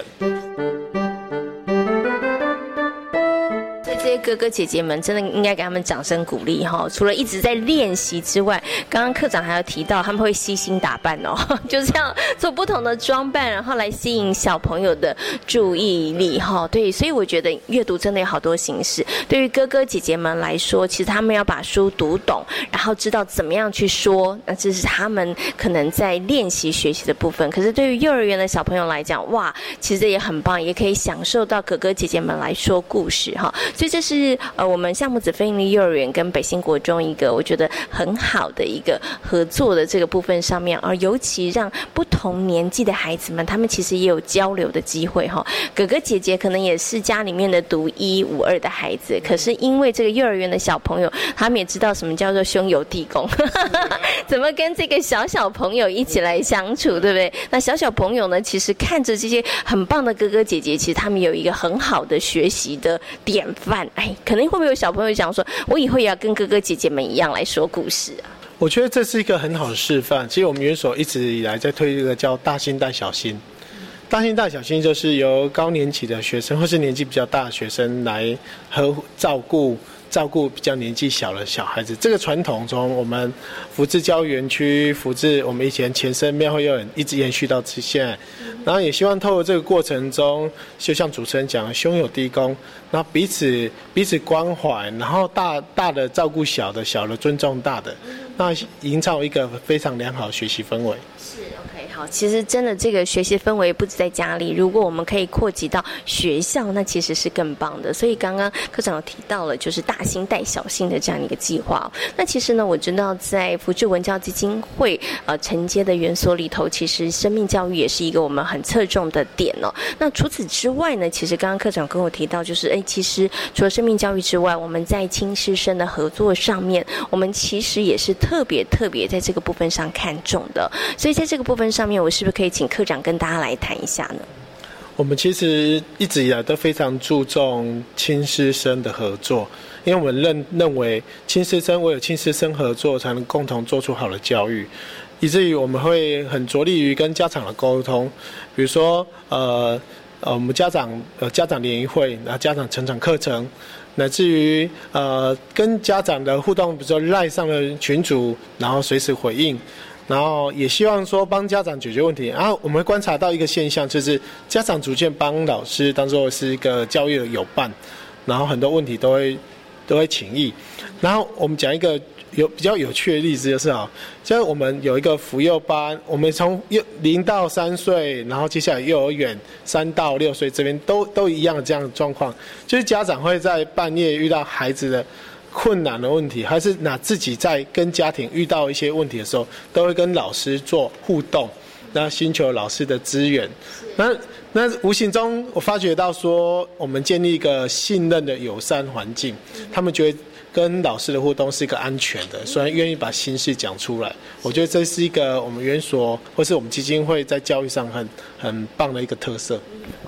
这些哥哥姐姐们真的应该给他们掌声鼓励哈！除了一直在练习之外，刚刚课长还有提到他们会悉心打扮哦，就是要做不同的装扮，然后来吸引小朋友的注意力哈。对，所以我觉得阅读真的有好多形式。对于哥哥姐姐们来说，其实他们要把书读懂，然后知道怎么样去说，那这是他们可能在练习学习的部分。可是对于幼儿园的小朋友来讲，哇，其实这也很棒，也可以享受到哥哥姐姐们来说故事哈。所以这是呃我们夏木子非营利幼儿园跟北新国中一个我觉得很好的一个合作的这个部分上面，而尤其让不同年纪的孩子们，他们其实也有交流的机会哈。哥哥姐姐可能也是家里面的独一无二的孩子，可是因为这个幼儿园的小朋友，他们也知道什么叫做兄友弟恭，怎么跟这个小小朋友一起来相处，对不对？那小小朋友呢，其实看着这些很棒的哥哥姐姐，其实他们有一个很好的学习的典范。哎，可能会不会有小朋友讲说，我以后也要跟哥哥姐姐们一样来说故事啊？ 我觉得这是一个很好的示范。其实我们园所一直以来在推这个叫大心带小心，大心带小心就是由高年级的学生或是年纪比较大的学生来呵护照顾照顾比较年纪小的小孩子。这个传统从我们福智教育园区、福智我们以前前身庙会幼儿园一直延续到现在，然后也希望透过这个过程中，就像主持人讲的，兄友弟恭，然后彼此彼此关怀，然后大大的照顾小的，小的尊重大的，那营造一个非常良好的学习氛围。 是 OK 好，其实真的这个学习氛围不止在家里，如果我们可以扩及到学校，那其实是更棒的。所以刚刚科长有提到了，就是大心带小心的这样一个计划、哦。那其实呢，我知道在福智文教基金会呃承接的园所里头，其实生命教育也是一个我们很侧重的点哦。那除此之外呢，其实刚刚科长跟我提到，就是哎，其实除了生命教育之外，我们在亲师生的合作上面，我们其实也是特别特别在这个部分上看重的。所以在这个部分上面，我是不是可以请科长跟大家来谈一下呢？ 我们其实一直以来都非常注重亲师生的合作，因为我们认认为亲师生唯有亲师生合作，才能共同做出好的教育，以至于我们会很着力于跟家长的沟通，比如说呃呃我们家长呃家长联谊会，然后家长成长课程，乃至于呃跟家长的互动，比如说赖上的群组，然后随时回应。然后也希望说帮家长解决问题，然后我们会观察到一个现象，就是家长逐渐帮老师当作是一个教育的友伴，然后很多问题都会都会请益。然后我们讲一个有比较有趣的例子，就是啊，就是我们有一个福幼班，我们从幼零到三岁，然后接下来幼儿园三到六岁这边都都一样的这样的状况，就是家长会在半夜遇到孩子的困难的问题，还是拿自己在跟家庭遇到一些问题的时候，都会跟老师做互动，那寻求老师的资源。那那无形中我发觉到说，我们建立一个信任的友善环境，他们觉得跟老师的互动是一个安全的，所以愿意把心事讲出来。我觉得这是一个我们园所或是我们基金会在教育上很很棒的一个特色。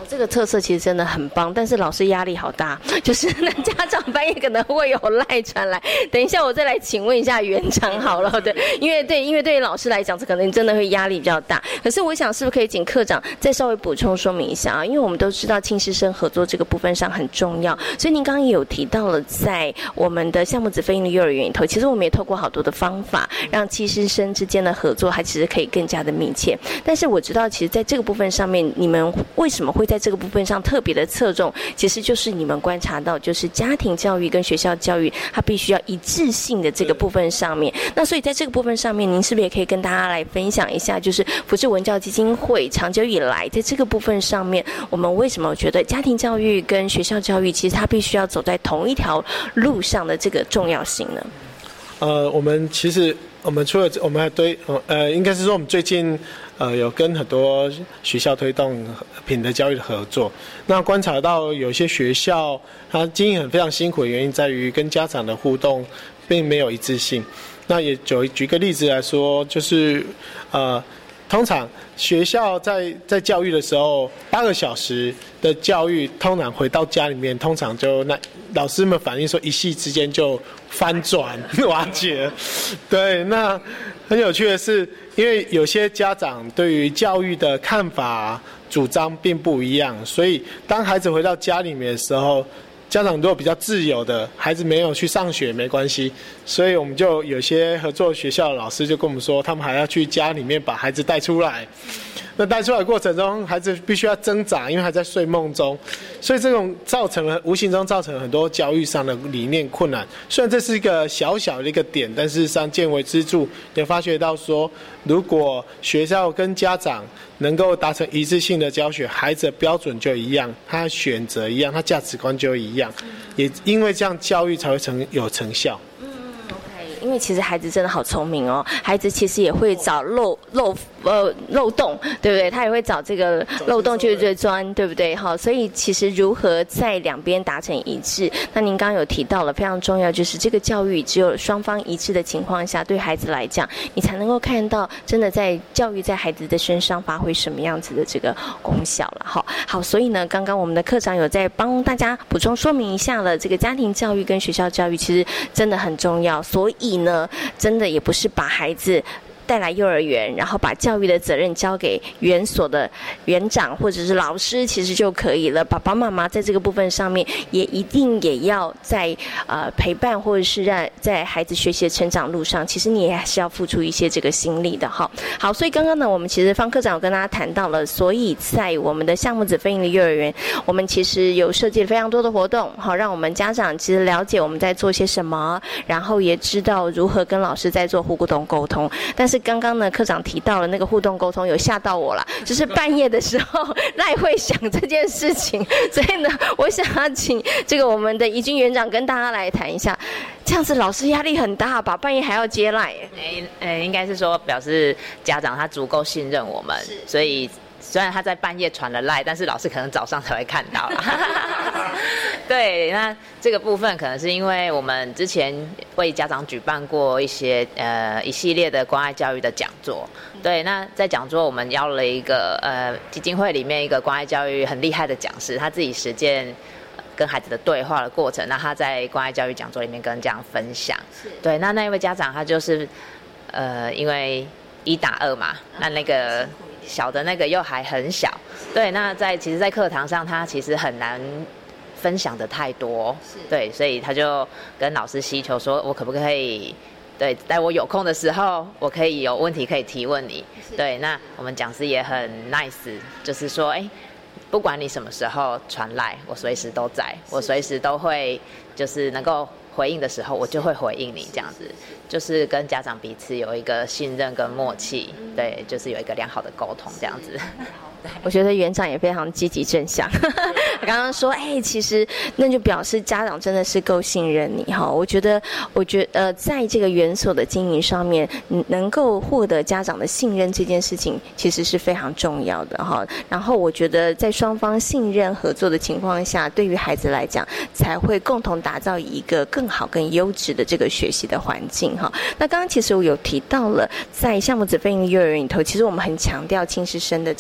这个特色其实真的很棒，但是老师压力好大，就是家长半夜可能会有赖传来。等一下我再来请问一下园长好了，对，因为对，因为对于老师来讲，这可能真的会压力比较大。可是我想是不是可以请课长再稍微补充说明一下啊？因为我们都知道亲师生合作这个部分上很重要，所以您刚刚也有提到了，在我们的夏木子非营利幼儿园里头，其实我们也透过好多的方法，让亲师生之间的合作还其实可以更加的密切。但是我知道，其实在这个部分上面，你们为什么会在这个部分上特别的侧重？其实就是你们观察到，就是家庭教育跟学校教育，它必须要一致性的这个部分上面。那所以在这个部分上面，您是不是也可以跟大家来分享一下，就是福智文教基金会长久以来在这个部分上面，我们为什么觉得家庭教育跟学校教育，其实它必须要走在同一条路上的这个重要性呢？ 呃，我们其实我们除了我们还对呃，应该是说我们最近呃有跟很多学校推动品德教育的合作。那观察到有些学校它经营很非常辛苦的原因在于跟家长的互动并没有一致性。那也举举个例子来说，就是呃。通常学校在在教育的时候，八个小时的教育，通常回到家里面，通常就那老师们反映说，一夕之间就翻转瓦解。对，那很有趣的是，因为有些家长对于教育的看法主张并不一样，所以当孩子回到家里面的时候，家长如果比较自由的，孩子没有去上学没关系，所以我们就有些合作学校的老师就跟我们说，他们还要去家里面把孩子带出来。那带出来的过程中，孩子必须要挣扎，因为还在睡梦中，所以这种造成了无形中造成了很多教育上的理念困难。虽然这是一个小小的一个点，但事实上见微知著，也发觉到说，如果学校跟家长能够达成一致性的教学，孩子的标准就一样，他选择一样，他价值观就一样，也因为这样教育才会成有成效。 因为其实孩子真的好聪明哦，孩子其实也会找漏漏呃漏洞，对不对？他也会找这个漏洞去去钻，对不对？好，所以其实如何在两边达成一致，那您刚刚有提到了非常重要，就是这个教育只有双方一致的情况下，对孩子来讲，你才能够看到真的在教育在孩子的身上发挥什么样子的这个功效了。好，好，所以呢，刚刚我们的课长有在帮大家补充说明一下了，这个家庭教育跟学校教育其实真的很重要，所以呢，真的也不是把孩子带来幼儿园，然后把教育的责任交给园所的园长或者是老师，其实就可以了。爸爸妈妈在这个部分上面，也一定也要在呃陪伴或者是让在孩子学习的成长路上，其实你也还是要付出一些这个心力的哈。好，所以刚刚呢，我们其实方科长有跟大家谈到了，所以在我们的夏木子非营利幼儿园，我们其实有设计了非常多的活动，好让我们家长其实了解我们在做些什么，然后也知道如何跟老师在做互动沟通，但是刚刚呢，科长提到了那个互动沟通，有吓到我了，就是半夜的时候赖会想这件事情，所以呢，我想要请这个我们的怡君园长跟大家来谈一下，这样子老师压力很大吧？半夜还要接赖？ 诶、欸，应该是说表示家长他足够信任我们，所以虽然他在半夜传了赖，但是老师可能早上才会看到啦。对，那这个部分可能是因为我们之前为家长举办过一些呃一系列的关爱教育的讲座。对，那在讲座我们邀了一个呃基金会里面一个关爱教育很厉害的讲师，他自己实践跟孩子的对话的过程，那他在关爱教育讲座里面跟家长分享。对，那那一位家长他就是呃因为一打二嘛，那那个小的那个又还很小，对，那在其实在课堂上他其实很难分享的太多，对，所以他就跟老师希求说，我可不可以对在我有空的时候，我可以有问题可以提问你。对，那我们讲师也很 nice， 就是说哎，不管你什么时候传来，我随时都在，我随时都会就是能够回应的时候，我就会回应你，这样子就是跟家长彼此有一个信任跟默契，对，就是有一个良好的沟通这样子。 我觉得园长也非常积极正向。刚刚说，哎、欸，其实那就表示家长真的是够信任你哈。我觉得，我觉得呃，在这个园所的经营上面，能够获得家长的信任这件事情，其实是非常重要的哈。然后我觉得，在双方信任合作的情况下，对于孩子来讲，才会共同打造一个更好、更优质的这个学习的环境哈。那刚刚其实我有提到了，在夏木子非营利幼儿园里头，其实我们很强调亲师生的这个合作。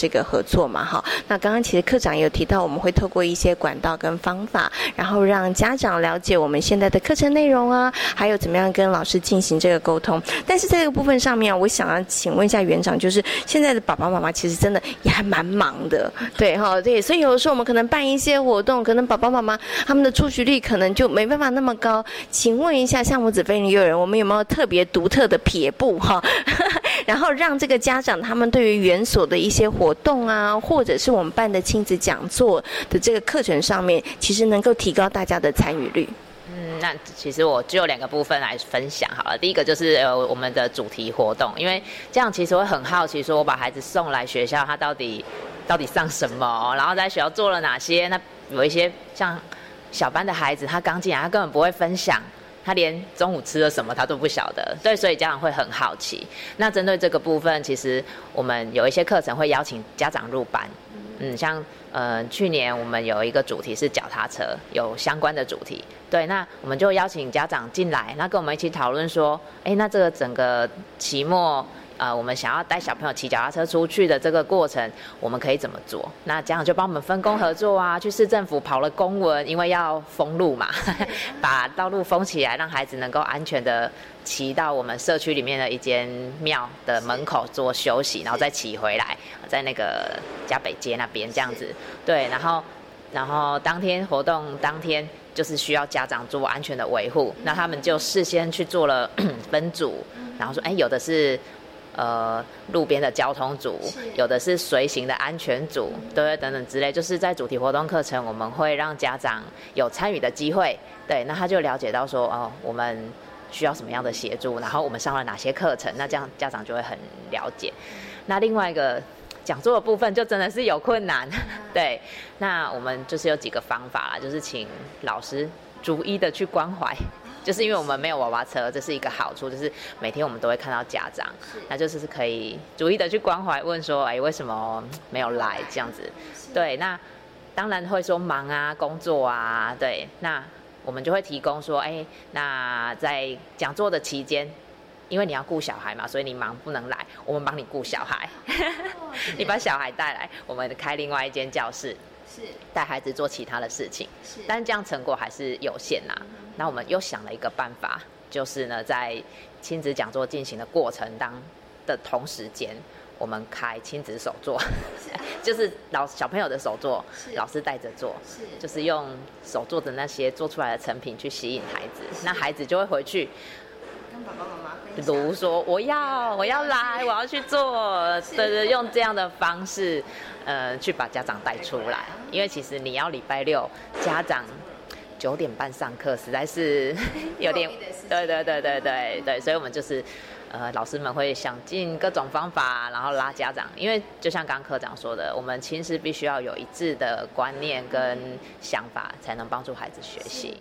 错嘛哈。那刚刚其实课长也有提到，我们会透过一些管道跟方法，然后让家长了解我们现在的课程内容啊，还有怎么样跟老师进行这个沟通。但是这个部分上面，我想要请问一下园长，就是现在的爸爸妈妈其实真的也还蛮忙的，对哈，对，所以有的时候我们可能办一些活动，可能爸爸妈妈他们的出席率可能就没办法那么高。请问一下，像母子非营利幼儿园，我们有没有特别独特的撇步哈？然后让这个家长他们对于园所的一些活动啊，或者是我们办的亲子讲座的这个课程上面，其实能够提高大家的参与率。 嗯，那其实我就有两个部分来分享好了。第一个就是呃我们的主题活动，因为这样其实会很好奇，说我把孩子送来学校，他到底到底上什么，然后在学校做了哪些。那有一些像小班的孩子，他刚进来，他根本不会分享，他连中午吃了什么他都不晓得，对，所以家长会很好奇。那针对这个部分，其实我们有一些课程会邀请家长入班，嗯，像呃去年我们有一个主题是脚踏车，有相关的主题，对，那我们就邀请家长进来，那跟我们一起讨论说，哎，那这个整个期末。呃，我们想要带小朋友骑脚踏车出去的这个过程，我们可以怎么做？那家长就帮我们分工合作啊，去市政府跑了公文，因为要封路嘛，把道路封起来，让孩子能够安全的骑到我们社区里面的一间庙的门口做休息，然后再骑回来，在那个嘉北街那边这样子。对，然后然后当天活动当天就是需要家长做安全的维护，那他们就事先去做了分组，然后说，哎，有的是。呃，路边的交通组，有的是随行的安全组，对对，等等之类，就是在主题活动课程，我们会让家长有参与的机会，对，那他就了解到说，哦，我们需要什么样的协助，然后我们上了哪些课程，那这样家长就会很了解。那另外一个讲座的部分就真的是有困难，对，那我们就是有几个方法啦，就是请老师逐一的去关怀。就是因为我们没有娃娃车，这是一个好处，就是每天我们都会看到家长，那就是可以逐一的去关怀，问说，哎，为什么没有来这样子？对，那当然会说忙啊，工作啊，对，那我们就会提供说，哎，那在讲座的期间，因为你要顾小孩嘛，所以你忙不能来，我们帮你顾小孩，你把小孩带来，我们开另外一间教室。是带孩子做其他的事情，是，但是这样成果还是有限呐、啊。那我们又想了一个办法，就是呢，在亲子讲座进行的过程当的同时间，我们开亲子手作，就是老小朋友的手作，老师带着做，是，就是用手做的那些做出来的成品去吸引孩子，那孩子就会回去。跟爸爸妈妈分享，如说我要我要来，我要去做，对对，用这样的方式，呃，去把家长带出来。因为其实你要礼拜六家长九点半上课，实在是有点，对对对对对对，所以我们就是，呃，老师们会想尽各种方法，然后拉家长，因为就像刚刚科长说的，我们亲师必须要有一致的观念跟想法，才能帮助孩子学习。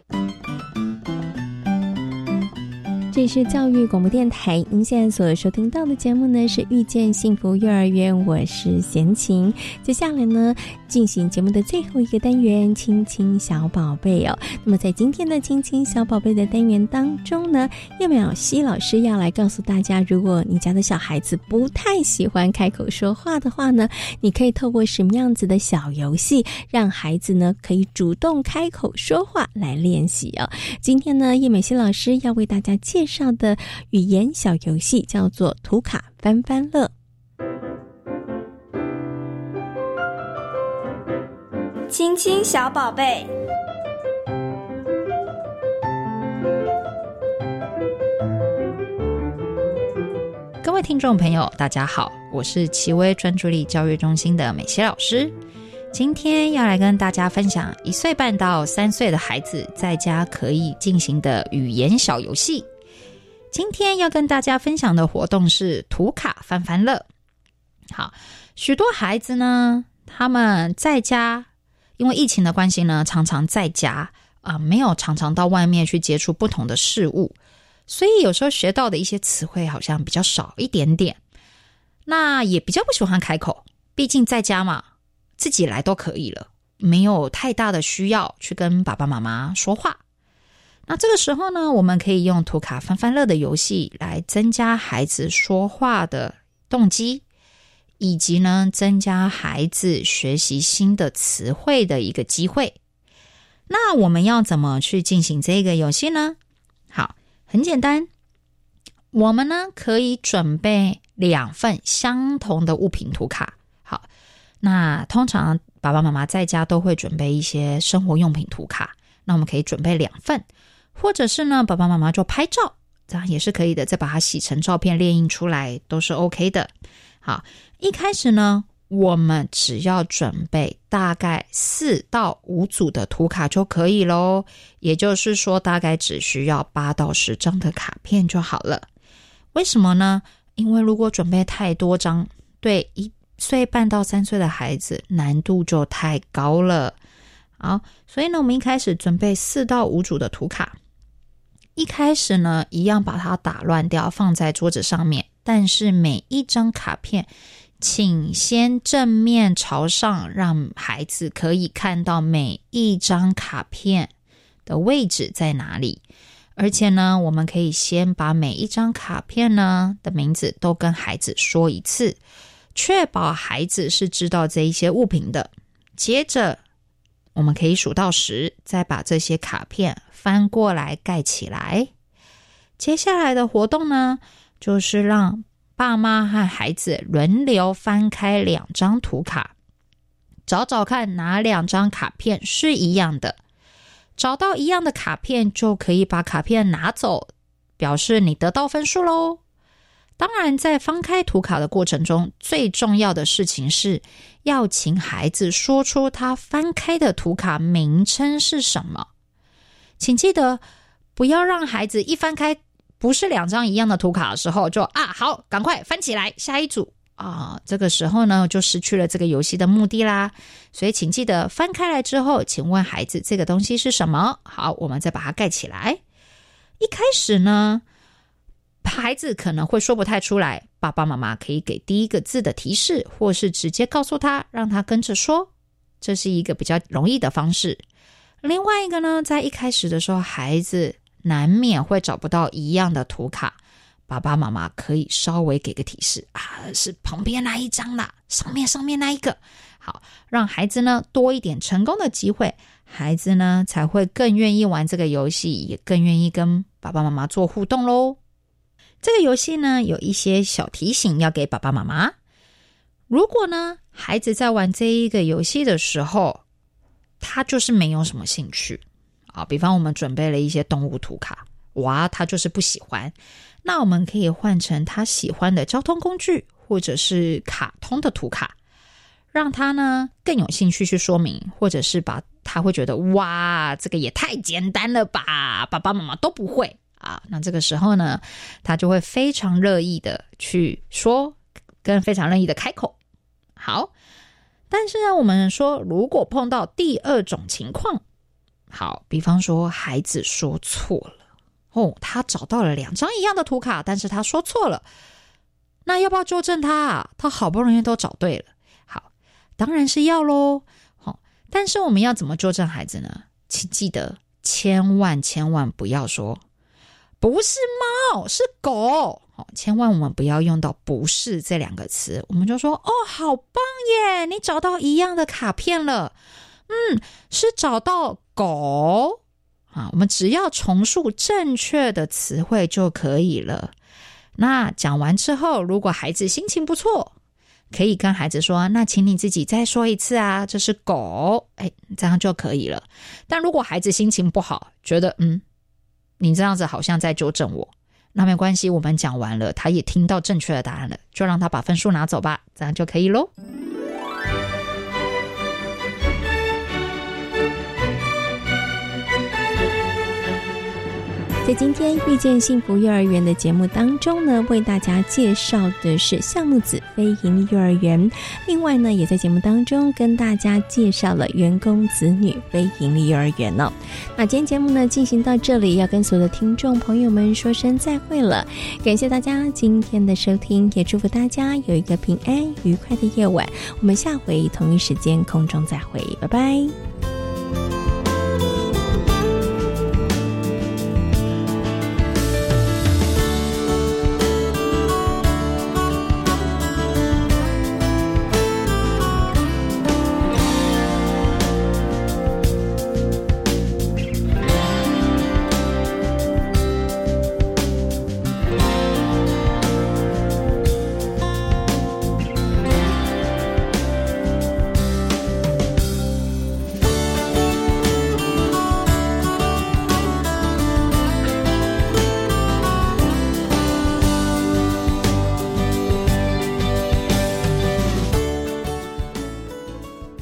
这里是教育广播电台，您现在所收听到的节目呢是遇见幸福幼儿园，我是贤琴。接下来呢进行节目的最后一个单元，亲亲小宝贝哦。那么在今天的亲亲小宝贝的单元当中呢，叶淼希老师要来告诉大家，如果你家的小孩子不太喜欢开口说话的话呢，你可以透过什么样子的小游戏，让孩子呢可以主动开口说话来练习哦。今天呢，叶淼希老师要为大家介绍绍的语言小游戏叫做图卡翻翻乐。 亲亲小宝贝， 各位听众朋友大家好，我是奇威专注力教育中心的美希老师。今天要来跟大家分享一岁半到三岁的孩子在家可以进行的语言小游戏。今天要跟大家分享的活动是图卡翻翻乐。好，许多孩子呢，他们在家，因为疫情的关系呢，常常在家啊、呃，没有常常到外面去接触不同的事物，所以有时候学到的一些词汇好像比较少一点点。那也比较不喜欢开口，毕竟在家嘛，自己来都可以了，没有太大的需要去跟爸爸妈妈说话。那这个时候呢，我们可以用图卡翻翻乐的游戏来增加孩子说话的动机， 以及呢增加孩子学习新的词汇的一个机会。那我们要怎么去进行这个游戏呢？好，很简单，我们呢可以准备两份相同的物品图卡。好，那通常爸爸妈妈在家都会准备一些生活用品图卡，那我们可以准备两份，或者是呢爸爸妈妈就拍照，这样也是可以的，再把它洗成照片列印出来都是 OK 的。好，一开始呢我们只要准备大概四到五组的图卡就可以咯，也就是说大概只需要八到十张的卡片就好了。为什么呢？因为如果准备太多张，对一岁半到三岁的孩子难度就太高了。好，所以呢我们一开始准备四到五组的图卡，一开始呢一样把它打乱掉放在桌子上面，但是每一张卡片请先正面朝上，让孩子可以看到每一张卡片的位置在哪里。而且呢我们可以先把每一张卡片呢的名字都跟孩子说一次，确保孩子是知道这一些物品的。接着我们可以数到十，再把这些卡片翻过来盖起来。接下来的活动呢就是让爸妈和孩子轮流翻开两张图卡，找找看哪两张卡片是一样的。找到一样的卡片就可以把卡片拿走，表示你得到分数咯。当然在翻开图卡的过程中，最重要的事情是要请孩子说出他翻开的图卡名称是什么。请记得不要让孩子一翻开不是两张一样的图卡的时候就啊好赶快翻起来下一组啊，这个时候呢就失去了这个游戏的目的啦。所以请记得翻开来之后请问孩子这个东西是什么，好，我们再把它盖起来。一开始呢孩子可能会说不太出来，爸爸妈妈可以给第一个字的提示，或是直接告诉他让他跟着说，这是一个比较容易的方式。另外一个呢，在一开始的时候孩子难免会找不到一样的图卡，爸爸妈妈可以稍微给个提示啊，是旁边那一张啦，上面上面那一个。好，让孩子呢多一点成功的机会，孩子呢才会更愿意玩这个游戏，也更愿意跟爸爸妈妈做互动咯。这个游戏呢有一些小提醒要给爸爸妈妈。如果呢孩子在玩这一个游戏的时候他就是没有什么兴趣啊，比方我们准备了一些动物图卡，哇，他就是不喜欢，那我们可以换成他喜欢的交通工具或者是卡通的图卡，让他呢更有兴趣去说明，或者是把他会觉得哇这个也太简单了吧，爸爸妈妈都不会啊，那这个时候呢他就会非常乐意的去说，跟非常乐意的开口。好，但是呢我们说如果碰到第二种情况，好，比方说孩子说错了哦，他找到了两张一样的图卡，但是他说错了，那要不要纠正他啊？他好不容易都找对了。好，当然是要咯。好，但是我们要怎么纠正孩子呢？请记得千万千万不要说不是猫是狗，千万我们不要用到不是这两个词，我们就说哦好棒耶，你找到一样的卡片了，嗯，是找到狗啊，我们只要重述正确的词汇就可以了。那讲完之后，如果孩子心情不错，可以跟孩子说，那请你自己再说一次啊，这是狗，哎，这样就可以了。但如果孩子心情不好，觉得嗯你这样子好像在纠正我，那没关系，我们讲完了，他也听到正确的答案了，就让他把分数拿走吧，这样就可以咯。 在今天遇见幸福幼儿园的节目当中呢，为大家介绍的是橡木子非营利幼儿园，另外呢也在节目当中跟大家介绍了员工子女非营利幼儿园哦。那今天节目呢进行到这里，要跟所有的听众朋友们说声再会了，感谢大家今天的收听，也祝福大家有一个平安愉快的夜晚，我们下回同一时间空中再会，拜拜。